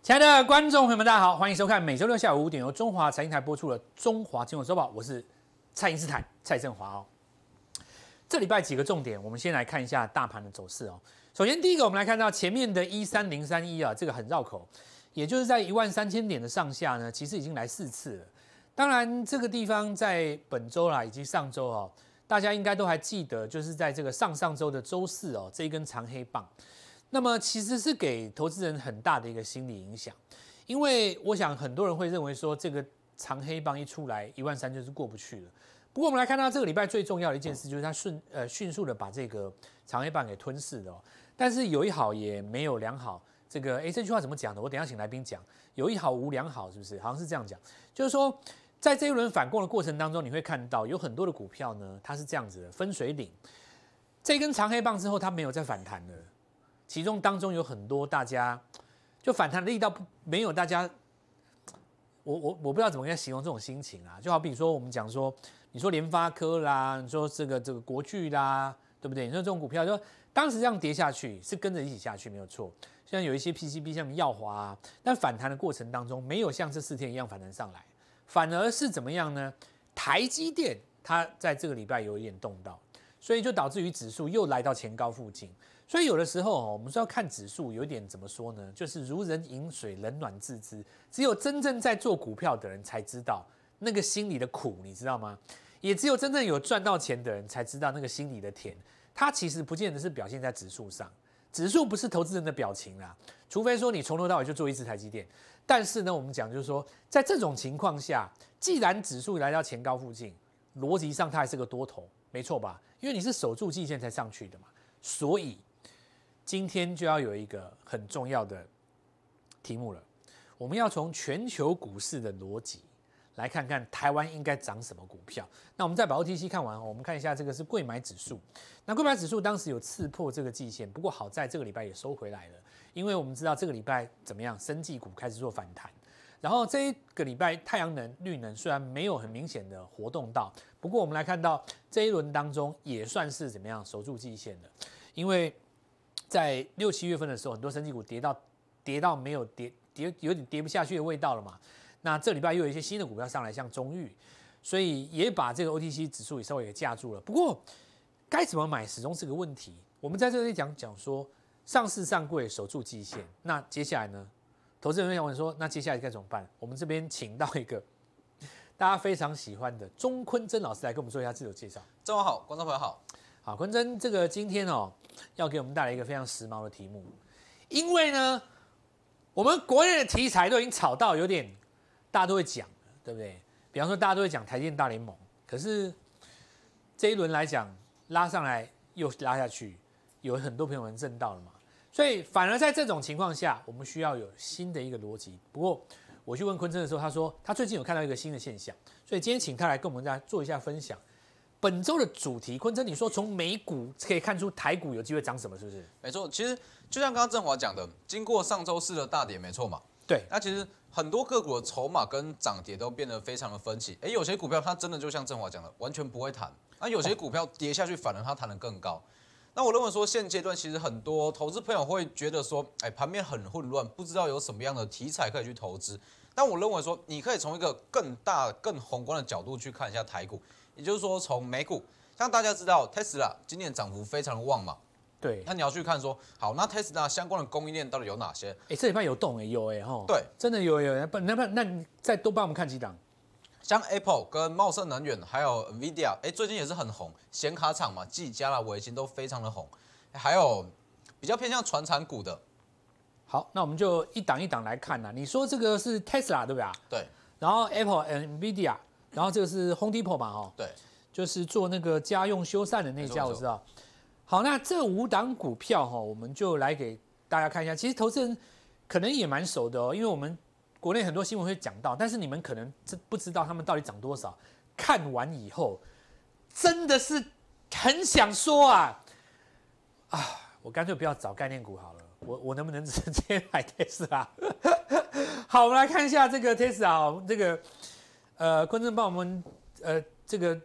亲爱的观众朋友们，大家好，欢迎收看每周六下午5点由中华财经台播出的《中华金融周报》，我是蔡因斯坦蔡振华哦。这礼拜几个重点，我们先来看一下大盘的走势哦。首先，第一个，我们来看到前面的13031啊，这个很绕口，也就是在13000点的上下呢，其实已经来4次了。当然，这个地方在本周啦以及上周哦，大家应该都还记得，就是在这个上周的周四哦，这一根长黑棒。那么其实是给投资人很大的一个心理影响，因为我想很多人会认为说这个长黑棒一出来13000就是过不去了。不过我们来看到这个礼拜最重要的一件事，就是它迅速的把这个长黑棒给吞噬了哦。但是有一好也没有两好，这个这句话怎么讲呢？我等一下请来宾讲，有一好无两好，是不是？好像是这样讲，就是说在这一轮反攻的过程当中，你会看到有很多的股票呢，它是这样子的分水岭，这根长黑棒之后，它没有再反弹了。其中当中有很多大家就反弹的力道没有大家，我不知道怎么样形容这种心情啊。就好比说我们讲说，你说联发科啦，你说这个国巨啦，对不对？你说这种股票，就当时这样跌下去是跟着一起下去没有错。像有一些 PCB 像耀华啊，但反弹的过程当中没有像这4天一样反弹上来，反而是怎么样呢？台积电它在这个礼拜有一点动到，所以就导致于指数又来到前高附近。所以有的时候我们说要看指数，有一点怎么说呢？就是如人饮水，冷暖自知。只有真正在做股票的人才知道那个心里的苦，你知道吗？也只有真正有赚到钱的人才知道那个心里的甜。它其实不见得是表现在指数上，指数不是投资人的表情啦，除非说你从头到尾就做一只台积电。但是呢，我们讲就是说，在这种情况下，既然指数来到前高附近，逻辑上它还是个多头，没错吧？因为你是守住季线才上去的嘛，所以今天就要有一个很重要的题目了，我们要从全球股市的逻辑来看看台湾应该涨什么股票。那我们再把 OTC 看完，我们看一下这个是贵买指数。那贵买指数当时有刺破这个季线，不过好在这个礼拜也收回来了，因为我们知道这个礼拜怎么样，生技股开始做反弹。然后这一个礼拜太阳能、绿能虽然没有很明显的活动到，不过我们来看到这一轮当中也算是怎么样守住季线的，因为在6、7月份的时候，很多生技股跌到没有有点跌不下去的味道了嘛。那这礼拜又有一些新的股票上来，像中裕，所以也把这个 OTC 指数也稍微给架住了。不过该怎么买始终是个问题。我们在这里讲说上市上柜守住季线，那接下来呢？投资人想问说，那接下来该怎么办？我们这边请到一个大家非常喜欢的钟坤真老师来跟我们做一下自我介绍。 正好好，观众朋友好。 好，坤真，这个今天要给我们带来一个非常时髦的题目，因为呢，我们国内的题材都已经炒到有点大家都会讲了，对不对？比方说大家都会讲台积电大联盟，可是这一轮来讲拉上来又拉下去，有很多朋友们震到了嘛，所以反而在这种情况下，我们需要有新的一个逻辑。不过我去问坤真的时候，他说他最近有看到一个新的现象，所以今天请他来跟我们大家做一下分享。本周的主题，坤真，你说从美股可以看出台股有机会涨什么，是不是？ 没错，其实就像刚刚振华讲的，经过上周四的大跌，没错嘛。 对。 那其实很多个股的筹码跟涨跌都变得非常的分歧。有些股票它真的就像振华讲的，完全不会弹。那有些股票跌下去，反而它弹得更高。那我认为说，现阶段其实很多投资朋友会觉得说，盘面很混乱，不知道有什么样的题材可以去投资。但我认为说，你可以从一个更大、更宏观的角度去看一下台股。也就是说，从美股，像大家知道 Tesla 今年涨幅非常的旺嘛， 对。 那你要去看说，好，那 Tesla 相关的供应链到底有哪些？ 这礼拜有动有哈。 对， 真的有。那你再多帮我们看几档， 像 Apple 跟茂盛能源，还有 Nvidia，最近也是很红，显卡厂嘛，技嘉啦、微星都非常的红，还有比较偏向传产股的。 好，那我们就一档一档来看啦。你说这个是 Tesla 对吧？ 对。 然后 Apple、Nvidia。然后这个是 Home Depot 嘛， 对， 就是做那个家用修缮的那家，我知道。好，那这5档股票我们就来给大家看一下。其实投资人可能也蛮熟的因为我们国内很多新闻会讲到，但是你们可能不知道他们到底涨多少。看完以后，真的是很想说我干脆不要找概念股好了，我能不能直接买 Tesla？ 好，我们来看一下这个 Tesla 这个。坤真帮我们这个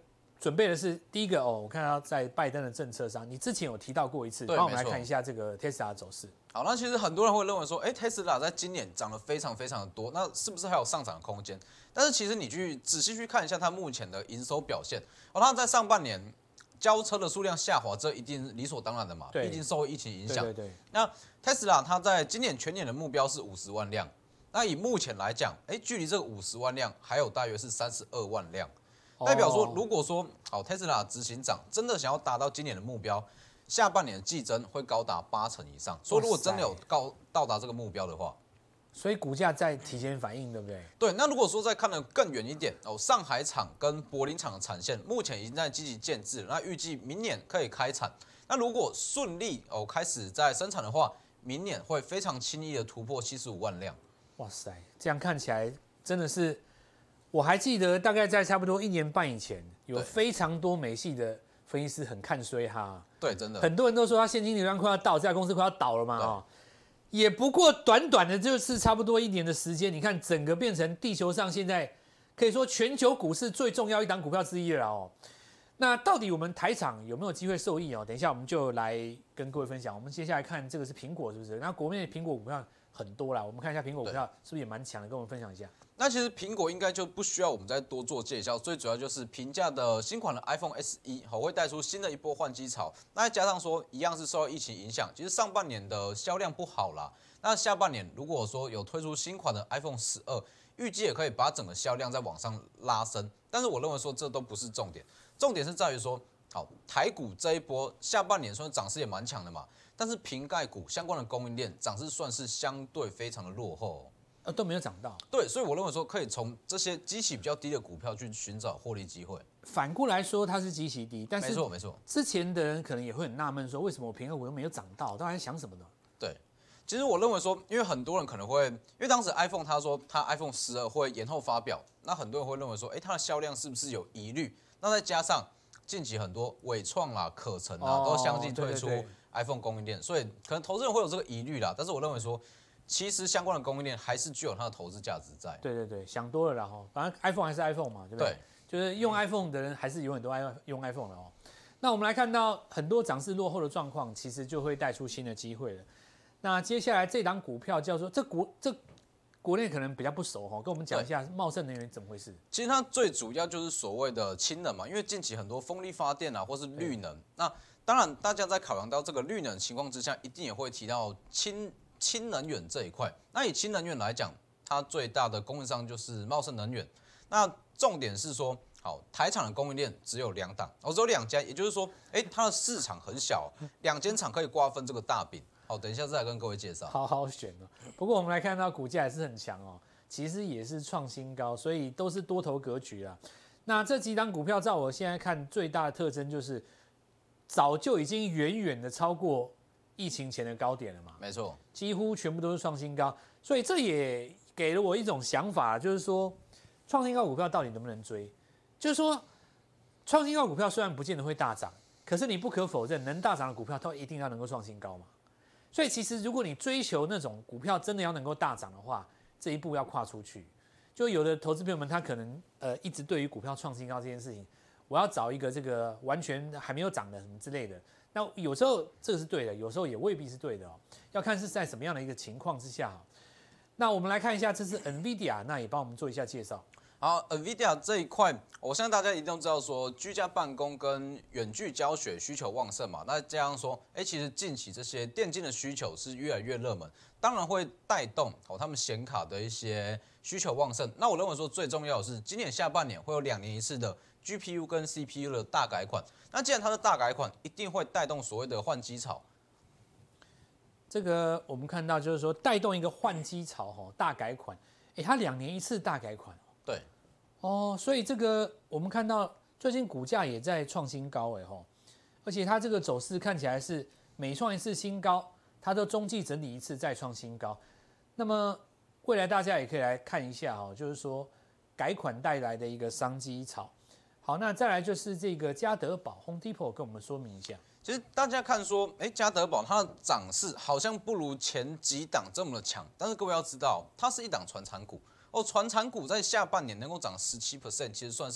准备的是第一个哦，我看到在拜登的政策上，你之前有提到过一次， 对， 帮我们来看一下这个 Tesla 的走势。 好，那其实很多人会认为说，Tesla 在今年涨得非常非常的多，那是不是还有上涨的空间？但是其实你去仔细去看一下它目前的营收表现，它在上半年交车的数量下滑，这一定理所当然的嘛，毕竟受疫情影响。 对。 那 Tesla 它在今年全年的目标是50万辆，那以目前来讲，距离这个50万辆还有大约是32万辆。代表说，如果说好 Tesla 执行长真的想要达到今年的目标，下半年的季增会高达80%以上。所以如果真的有到达这个目标的话， 所以股价在提前反应，对不对？ 对。那如果说再看得更远一点上海厂跟柏林厂的产线目前已经在积极建制了，那预计明年可以开产。那如果顺利开始在生产的话，明年会非常轻易的突破75万辆。 哇塞，这样看起来真的是。我还记得，大概在差不多1年半以前，有非常多美系的分析师很看衰它。 对，真的， 很多人都说它现金流量快要到，这家公司快要倒了嘛。也不过短短的就是差不多1年的时间，你看整个变成地球上现在可以说全球股市最重要一档股票之一了哦。那到底我们台厂有没有机会受益哦？等一下我们就来跟各位分享。我们接下来看这个是苹果是不是？那国内的苹果股票很多啦，我们看一下苹果股票是不是也蛮强的，跟我们分享一下。 那其实苹果应该就不需要我们再多做介绍，最主要就是平价的新款的 iPhone SE 会带出新的一波换机潮。那再加上说一样是受到疫情影响，其实上半年的销量不好啦。那下半年如果说有推出新款的 iPhone 12，预计也可以把整个销量再往上拉升。但是我认为说这都不是重点，重点是在于说，好，台股这一波下半年虽然涨势也蛮强的嘛，但是瓶盖股相关的供应链涨势算是相对非常的落后。 都没有涨到， 对，所以我认为说可以从这些基期比较低的股票去寻找获利机会。 反过来说，它是基期低，但是没错， 之前的人可能也会很纳闷说，为什么我平衡股都没有涨到？到底在想什么呢？ 对，其实我认为说，因为很多人可能会，因为当时 iPhone 他说他 iPhone 12会延后发表，那很多人会认为说，它的销量是不是有疑虑？那再加上近期很多伟创啦、可成啦都相继推出 iPhone 供应链，所以可能投资人会有这个疑虑啦。但是我认为说，其实相关的供应链还是具有它的投资价值在。 对，想多了啦哈，反正 iPhone 还是 iPhone 嘛，对不对？就是用 iPhone 的人还是永远都爱用 iPhone 的哦。那我们来看到很多涨势落后的状况，其实就会带出新的机会了。那接下来这档股票叫做这国内可能比较不熟哈，跟我们讲一下茂盛能源怎么回事？ 其实它最主要就是所谓的氢能嘛，因为近期很多风力发电啊，或是绿能，那当然大家在考量到这个绿能的情况之下，一定也会提到氢能源这一块。那以氢能源来讲，它最大的供应商就是茂盛能源。那重点是说，好，台厂的供应链只有2档，只有2家，也就是说，它的市场很小，2间厂可以瓜分这个大饼。好，等一下再来跟各位介绍。 好好选哦。不过我们来看到股价也是很强哦，其实也是创新高，所以都是多头格局啊。那这几档股票，照我现在看，最大的特征就是早就已经远远的超过疫情前的高点了嘛。 没错， 几乎全部都是创新高，所以这也给了我一种想法，就是说创新高股票到底能不能追？就是说创新高股票虽然不见得会大涨，可是你不可否认，能大涨的股票都一定要能够创新高嘛。所以其实如果你追求那种股票真的要能够大涨的话，这一步要跨出去。就有的投资朋友们他可能一直对于股票创新高这件事情，我要找一个这个完全还没有涨的什么之类的。那有时候这个是对的，有时候也未必是对的哦，要看是在什么样的一个情况之下。那我们来看一下，这是 NVIDIA， 那也帮我们做一下介绍。 好 ，NVIDIA 这一块，我相信大家一定都知道说，居家办公跟远距教学需求旺盛嘛。那这样说，其实近期这些电竞的需求是越来越热门，当然会带动他们显卡的一些需求旺盛。那我认为说最重要的是，今年下半年会有2年一次的 GPU 跟 CPU 的大改款。那既然它是大改款，一定会带动所谓的换机潮。 这个我们看到就是说带动一个换机潮大改款，它2年一次大改款。 对。 所以这个我们看到最近股价也在创新高而且它这个走势看起来是每创一次新高，它都中继整理一次再创新高。那么未来大家也可以来看一下就是说改款带来的一个商机潮。好，那再来就是这个家得宝 Home Depot 跟我们说明一下。 其实大家看说，家得宝它的涨势好像不如前几档这么的强，但是各位要知道，它是一档传产股。传产股在下半年能够涨17%，其实算是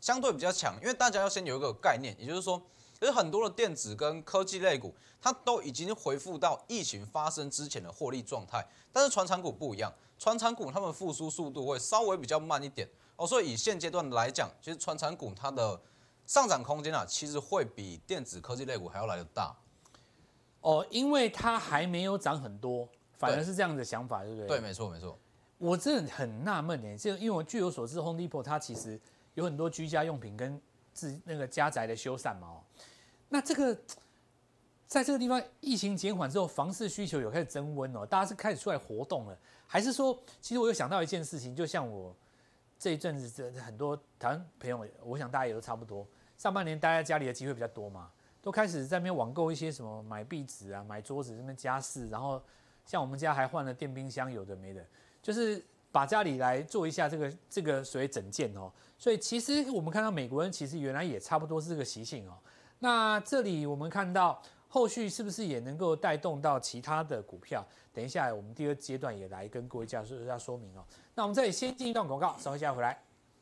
相对比较强，因为大家要先有一个概念，也就是说，其实很多的电子跟科技类股，它都已经恢复到疫情发生之前的获利状态，但是传产股不一样，传产股它们复苏速度会稍微比较慢一点哦，所以以现阶段来讲，其实传产股它的上涨空间其实会比电子科技类股还要来得大。 哦，因为它还没有涨很多，反而是这样的想法，对不对？ 对，没错没错。 我真的很纳闷哎，因为我据我所知 ，Home Depot 它其实有很多居家用品跟那个家宅的修缮嘛。那这个在这个地方疫情减缓之后，房市需求有开始增温哦，大家是开始出来活动了，还是说，其实我有想到一件事情，就像我这一阵子很多台湾朋友，我想大家也都差不多，上半年待在家里的机会比较多嘛。都开始在那边网购一些什么买壁纸啊、买桌子、这边家饰，然后像我们家还换了电冰箱，有的没的，就是把家里来做一下这个所谓整件哦。所以其实我们看到美国人其实原来也差不多是这个习性哦。那这里我们看到后续是不是也能够带动到其他的股票？等一下我们第二阶段也来跟各位教授说明哦。那我们这里先进一段广告，稍后下回来。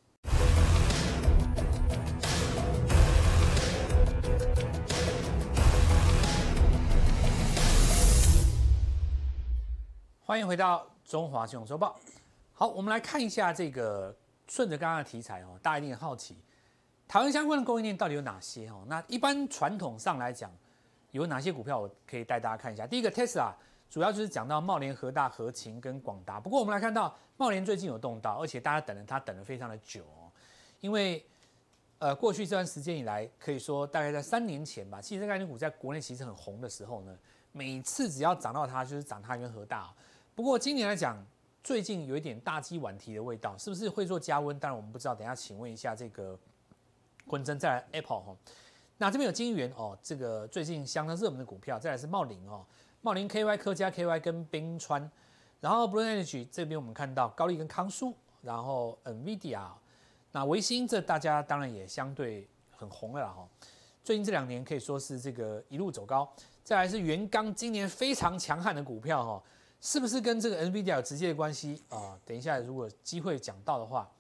欢迎回到中华金融周报。好，我们来看一下这个，顺着刚刚的题材哦，大家一定很好奇，台湾相关的供应链到底有哪些哦？那一般传统上来讲，有哪些股票我可以带大家看一下？第一个 Tesla 主要就是讲到茂联、和大、和勤跟广达。不过我们来看到茂联最近有动到，而且大家等了非常的久哦，因为过去这段时间以来，可以说大概在3年前吧，汽车概念股在国内其实很红的时候呢，每次只要涨到它，就是涨它跟和大哦。不过今年来讲，最近有一点大鸡晚提的味道，是不是会做加温？当然我们不知道，等一下请问一下这个坤真，再来 Apple 哈。那这边有晶圆哦，这个最近相当热门的股票，再来是茂林哦，茂林 KY 科嘉 KY 跟冰川，然后 Blue Energy 这边我们看到高力跟康舒，然后 NVIDIA， 那微星这大家当然也相对很红了哈。最近这2年可以说是这个一路走高，再来是元刚今年非常强悍的股票哈。是不是跟这个 NVIDIA 有直接的关系啊？等一下如果机会讲到的话，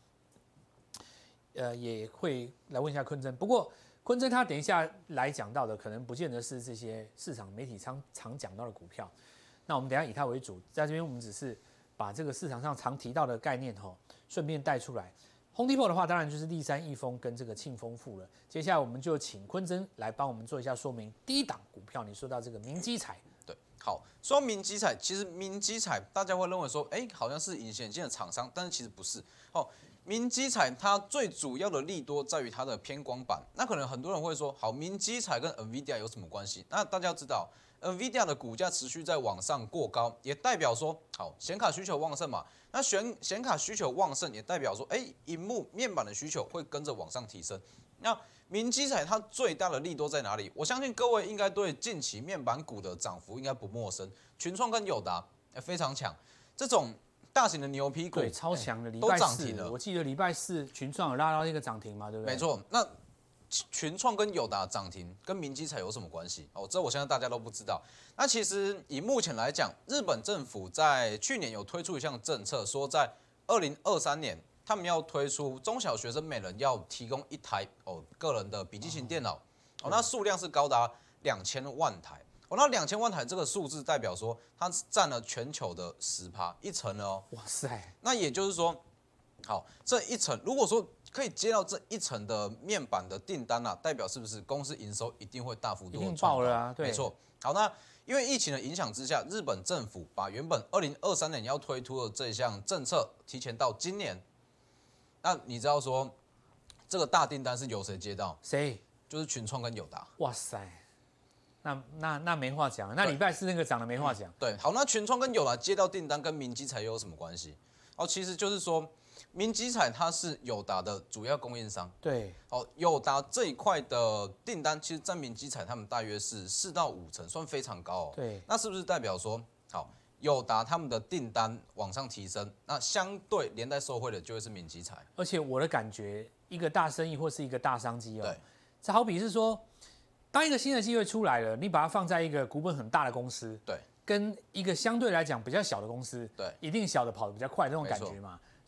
也会来问一下坤真。不过坤真他等一下来讲到的，可能不见得是这些市场媒体常讲到的股票。那我们等一下以他为主，在这边我们只是把这个市场上常提到的概念顺便带出来。Home Depot 的话，当然就是立山、益丰跟这个庆丰富了。接下来我们就请坤真来帮我们做一下说明。第一档股票，你说到这个明基材。 对，好，说明基彩，其实明基彩大家会认为说，好像是隐形眼镜的厂商，但是其实不是。哦，明基彩它最主要的利多在于它的偏光板。那可能很多人会说，好，明基彩跟 NVIDIA 有什么关系？那大家要知道，NVIDIA 的股价持续在往上过高，也代表说，好，显卡需求旺盛嘛。那显卡需求旺盛，也代表说，萤幕面板的需求会跟着往上提升。那明基彩它最大的利多在哪里？我相信各位应该对近期面板股的涨幅应该不陌生，群创跟友达非常强，这种大型的牛皮股对超强的，礼都拜涨停了。 我记得礼拜4群创有拉到一个涨停嘛，对不对？ 没错，那群创跟友达涨停跟明基彩有什么关系？哦，这我相信大家都不知道。那其实以目前来讲，日本政府在去年有推出一项政策，说在2023年。他们要推出中小学生每人要提供1台个人的笔记型电脑，那数量是高达2000万台，那2000万台这个数字代表说它占了全球的10%，1成了哦。 哇塞！ 那也就是说，好，这1成如果说可以接到这1成的面板的订单代表是不是公司营收一定会大幅度的爆了啊？对， 没错。好，那因为疫情的影响之下，日本政府把原本2023年要推出的这项政策提前到今年。那你知道说这个大订单是由谁接到？ 谁？ 就是群创跟友达。 哇塞，那没话讲，那礼拜4那个涨的没话讲。 对，好，那群创跟友达接到订单跟明基彩有什么关系？其实就是说明基彩它是友达的主要供应商。 对， 友达这一块的订单，其实占明基彩他们大约是4到5成，算非常高哦。 对， 那是不是代表说，好？友达他们的订单往上提升，那相对连带受惠的就会是明基彩。 而且我的感觉，一个大生意或是一个大商机对， 这好比是说，当一个新的机会出来了，你把它放在一个股本很大的公司， 对， 跟一个相对来讲比较小的公司， 对， 一定小的跑得比较快，这种感觉嘛。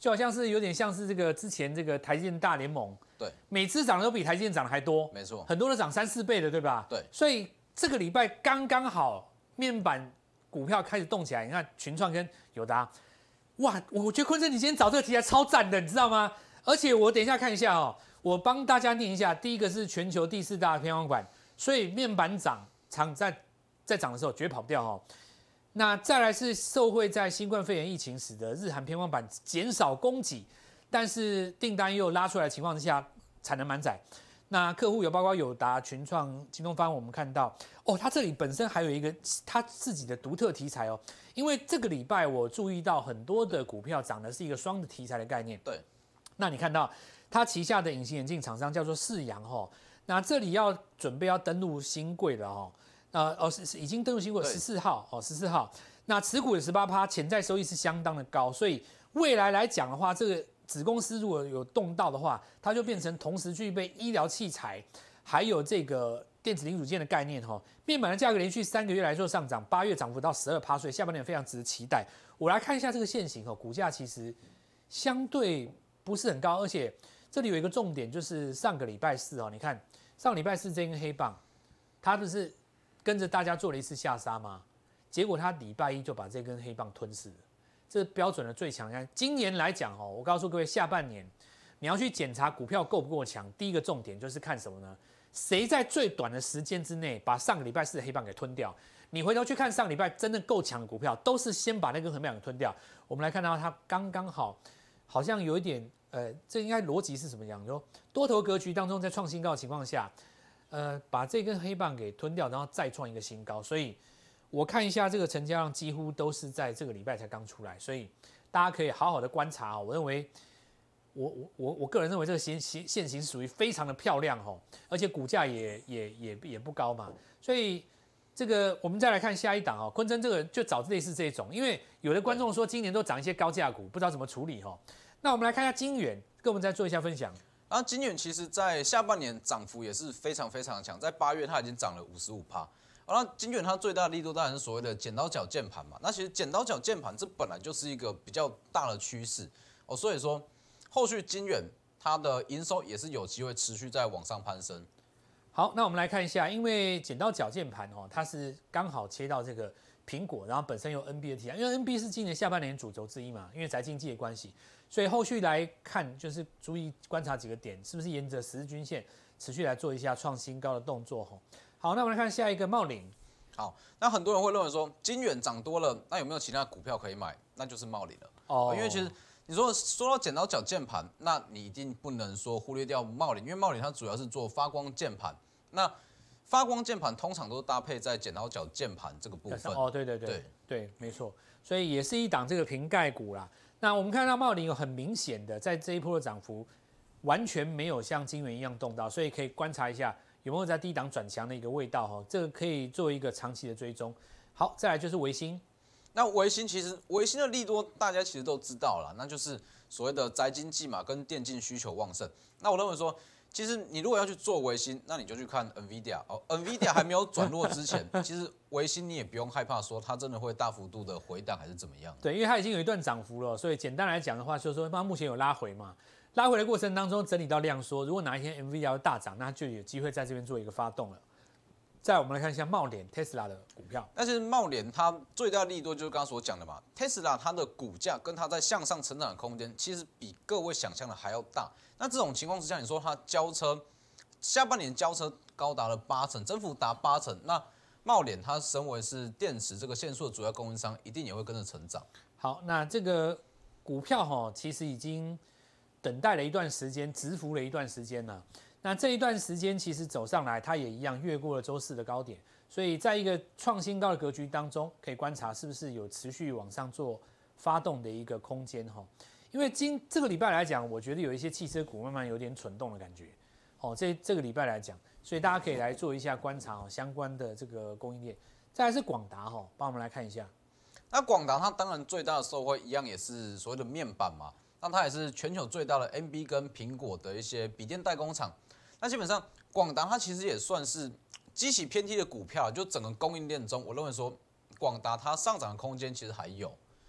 就好像是有点像是这个之前这个台积电大联盟， 对， 每次涨的都比台积电涨的还多， 没错， 很多都涨3、4倍的，对吧？ 对， 所以这个礼拜刚刚好，面板股票开始动起来，你看群创跟友达，哇，我觉得坤生你今天找这个题材超赞的，你知道吗？而且我等一下看一下哦，我帮大家念一下，第一个是全球第4大的偏光板，所以面板涨，厂在涨的时候绝对跑不掉哦。那再来是受惠在新冠肺炎疫情使得日韩偏光板减少供给，但是订单又拉出来的情况之下，产能满载。那客户有包括友达、群创、京东方，我们看到哦，它这里本身还有一个它自己的独特题材哦。因为这个礼拜我注意到很多的股票涨的是一个双的题材的概念。 对， 那你看到它旗下的隐形眼镜厂商叫做世阳哦，那这里准备要登陆新贵了哦。已经登陆新贵14号哦，14号。那持股的18%，潜在收益是相当的高，所以未来来讲的话，这个子公司如果有动到的话，它就变成同时具备医疗器材，还有这个电子零组件的概念哈。面板的价格连续3个月来做上涨，8月涨幅到12%，所以下半年非常值得期待。我来看一下这个线型哦，股价其实相对不是很高，而且这里有一个重点，就是上个礼拜四哦，你看上个礼拜四这根黑棒，它不是跟着大家做了一次下杀吗？结果它礼拜一就把这根黑棒吞噬了，这是标准的最强。看今年来讲哦，我告诉各位，下半年你要去检查股票够不够强，第一个重点就是看什么呢？谁在最短的时间之内把上个礼拜四的黑棒给吞掉？你回头去看上礼拜真的够强的股票，都是先把那根黑棒给吞掉。我们来看到它刚刚好，好像有一点这应该逻辑是什么样？就多头格局当中，在创新高的情况下。把这根黑棒给吞掉，然后再创一个新高，所以我看一下这个成交量几乎都是在这个礼拜才刚出来，所以大家可以好好的观察哦。我认为，我个人认为这个现形属于非常的漂亮哦，而且股价也不高嘛，所以这个我们再来看下一档哦，坤真这个就找类似这种，因为有的观众说今年都涨一些高价股，不知道怎么处理哦。那我们来看一下金元，跟我们再做一下分享。 然后金元其实在下半年涨幅也是非常非常强，在8月它已经涨了55%。那金元它最大的力度当然是所谓的剪刀脚键盘嘛。那其实剪刀脚键盘这本来就是一个比较大的趋势哦，所以说后续金元它的营收也是有机会持续在往上攀升。 好，那我们来看一下，因为剪刀脚键盘哦，它是刚好切到这个苹果，然后本身有 NB 的题材，因为 NB 是今年下半年主轴之一嘛，因为宅经济的关系。所以后续来看，就是注意观察几个点，是不是沿着10日均线持续来做一下创新高的动作吼。好，那我们来看下一个茂林。 好，那很多人会认为说金元涨多了，那有没有其他股票可以买？那就是茂林了。哦，因为其实你说到剪刀脚键盘，那你一定不能说忽略掉茂林，因为茂林它主要是做发光键盘。那发光键盘通常都搭配在剪刀脚键盘这个部分。 哦，对，没错，所以也是一档这个瓶盖股啦。那我们看到茂林有很明显的在这一波的涨幅，完全没有像金元一样动到，所以可以观察一下有没有在低档转强的一个味道哈，这个可以做一个长期的追踪。好，再来就是微星。 那微星其实微星的利多大家其实都知道了，那就是所谓的宅经济嘛，跟电竞需求旺盛。那我认为说，其实你如果要去做微星，那你就去看 NVIDIA 哦。NVIDIA 还没有转弱之前，其实微星你也不用害怕说它真的会大幅度的回档还是怎么样。 对，因为它已经有一段涨幅了，所以简单来讲的话，就是说它目前有拉回嘛，拉回的过程当中整理到量缩，如果哪一天 NVIDIA 要大涨，那就有机会在这边做一个发动了。再来我们来看一下茂联 Tesla 的股票。 但是茂联它最大的利多就是刚刚所讲的嘛 ，Tesla 它的股价跟它在向上成长的空间，其实比各位想象的还要大。那这种情况之下，你说它交车下半年交车高达了80%，增幅达80%，那茂联它身为是电池这个线束的主要供应商，一定也会跟着成长。 好，那这个股票其实已经等待了一段时间，蛰伏了一段时间了。那这一段时间其实走上来，它也一样越过了周四的高点，所以在一个创新高的格局当中，可以观察是不是有持续往上做发动的一个空间哈。因为这个礼拜来讲，我觉得有一些汽车股慢慢有点蠢动的感觉。哦，这个礼拜来讲，所以大家可以来做一下观察哦，相关的这个供应链。再来是广达哈，帮我们来看一下。 那广达它当然最大的受惠一样也是所谓的面板嘛，那它也是全球最大的 NB 跟苹果的一些笔电代工厂。那基本上广达它其实也算是基期偏低的股票，就整个供应链中，我认为说广达它上涨的空间其实还有。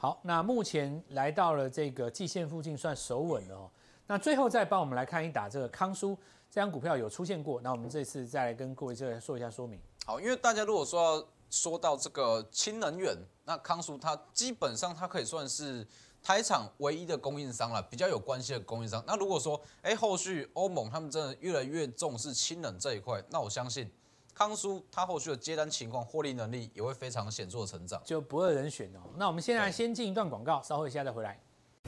好，那目前来到了这个季线附近，算守稳了哦。那最后再帮我们来看一打这个康舒这张股票有出现过，那我们这次再来跟各位这个说一下说明。 好，因为大家如果说到这个氢能源，那康舒它基本上它可以算是台厂唯一的供应商了，比较有关系的供应商。那如果说后续欧盟他们真的越来越重视氢能这一块，那我相信康舒它后续的接单情况、获利能力也会非常显著的成长， 就不二人选哦。那我们现在先进一段广告，稍后一下再回来。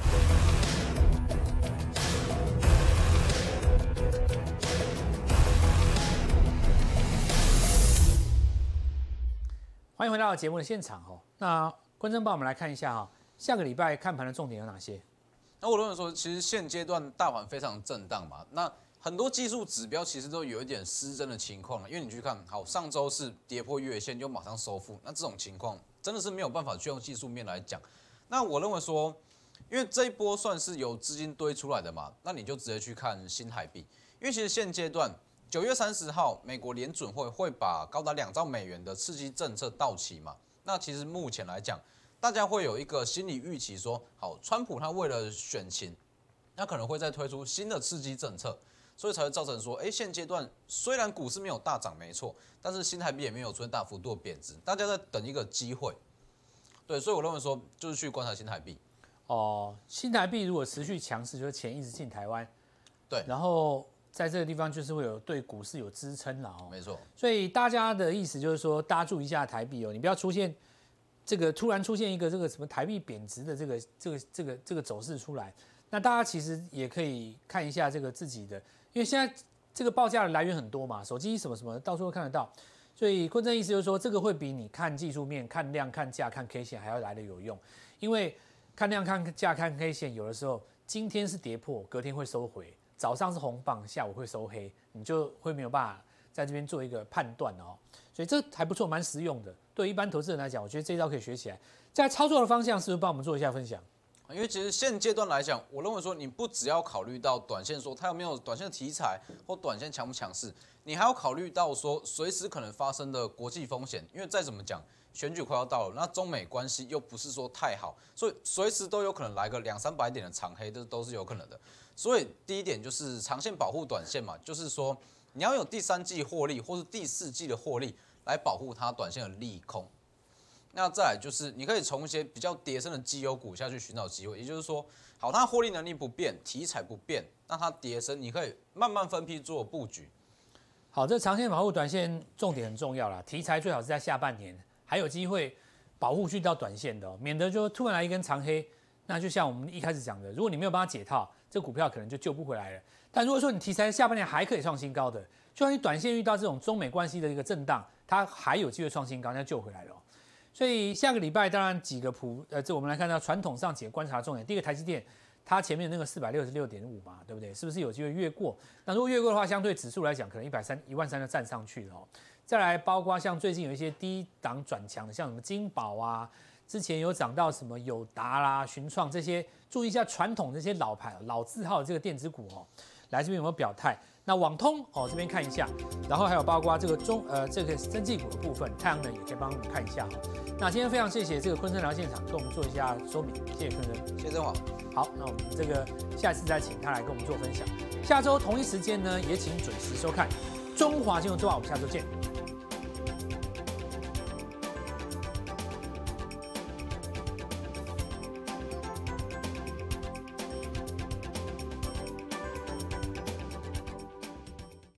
欢迎回到节目的现场哦。那观众帮我们来看一下哈，下个礼拜看盘的重点有哪些？ 那我认为说，其实现阶段大盘非常震荡嘛，那很多技术指标其实都有一点失真的情况了。因为你去看，好，上周是跌破月线又马上收复，那这种情况真的是没有办法去用技术面来讲。那我认为说，因为这一波算是有资金堆出来的嘛，那你就直接去看新台币，因为其实现阶段9月30号，美国联准会把高达2兆美元的刺激政策到期嘛。那其实目前来讲，大家会有一个心理预期说，好，川普他为了选情，那可能会再推出新的刺激政策，所以才会造成说，现阶段虽然股市没有大涨，没错，但是新台币也没有出现大幅度的贬值，大家在等一个机会。对，所以我认为说，就是去观察新台币。 哦，新台币如果持续强势，就是钱一直进台湾， 对， 然后在这个地方就是会有对股市有支撑了哦。 没错。 所以大家的意思就是说，大家注意一下台币哦，你不要出现这个突然出现一个这个什么台币贬值的这个走势出来。那大家其实也可以看一下这个自己的，因为现在这个报价的来源很多嘛，手机什么什么到处都看得到。所以坤正意思就是说，这个会比你看技术面、看量、看价、看 K 线还要来得有用，因为看量、看价、看 K 线，有的时候今天是跌破，隔天会收回；早上是红棒，下午会收黑，你就会没有办法在这边做一个判断哦。所以这还不错，蛮实用的。对一般投资人来讲，我觉得这一招可以学起来。在操作的方向，是不是帮我们做一下分享？ 因为其实现阶段来讲，我认为说你不只要考虑到短线，说它有没有短线的题材或短线强不强势，你还要考虑到说随时可能发生的国际风险。因为再怎么讲，选举快要到了，那中美关系又不是说太好，所以随时都有可能来个200-300点的长黑，这都是有可能的。所以第一点就是长线保护短线嘛，就是说你要有第3季获利或是第4季的获利来保护它短线的利空。那再来就是你可以从一些比较跌深的绩优股下去寻找机会，也就是说，好，它获利能力不变，题材不变，那它跌深，你可以慢慢分批做布局。 好，这长线保护短线重点很重要啦，题材最好是在下半年还有机会保护去到短线的哦，免得就突然来一根长黑。那就像我们一开始讲的，如果你没有帮它解套，这股票可能就救不回来了。但如果说你题材下半年还可以创新高的，就算你短线遇到这种中美关系的一个震荡，它还有机会创新高，那救回来了哦。所以下个礼拜当然几个这我们来看到传统上几个观察重点。第一个台积电，它前面那个466.5嘛，对不对？是不是有机会越过？那如果越过的话，相对指数来讲，可能13000就站上去了哦。再来，包括像最近有一些低档转强的，像什么金宝啊，之前有涨到什么友达啦、群创这些，注意一下传统这些老牌老字号的这个电子股哦，来这边有没有表态？那网通哦这边看一下，然后还有包括这个这个生技股的部分，太阳能也可以帮我们看一下哦。那今天非常谢谢这个坤生来到现场跟我们做一下说明，谢谢坤生， 谢谢正华。 好，那我们这个下次再请他来跟我们做分享。下周同一时间呢，也请准时收看《中华金融周报》，我们下周见。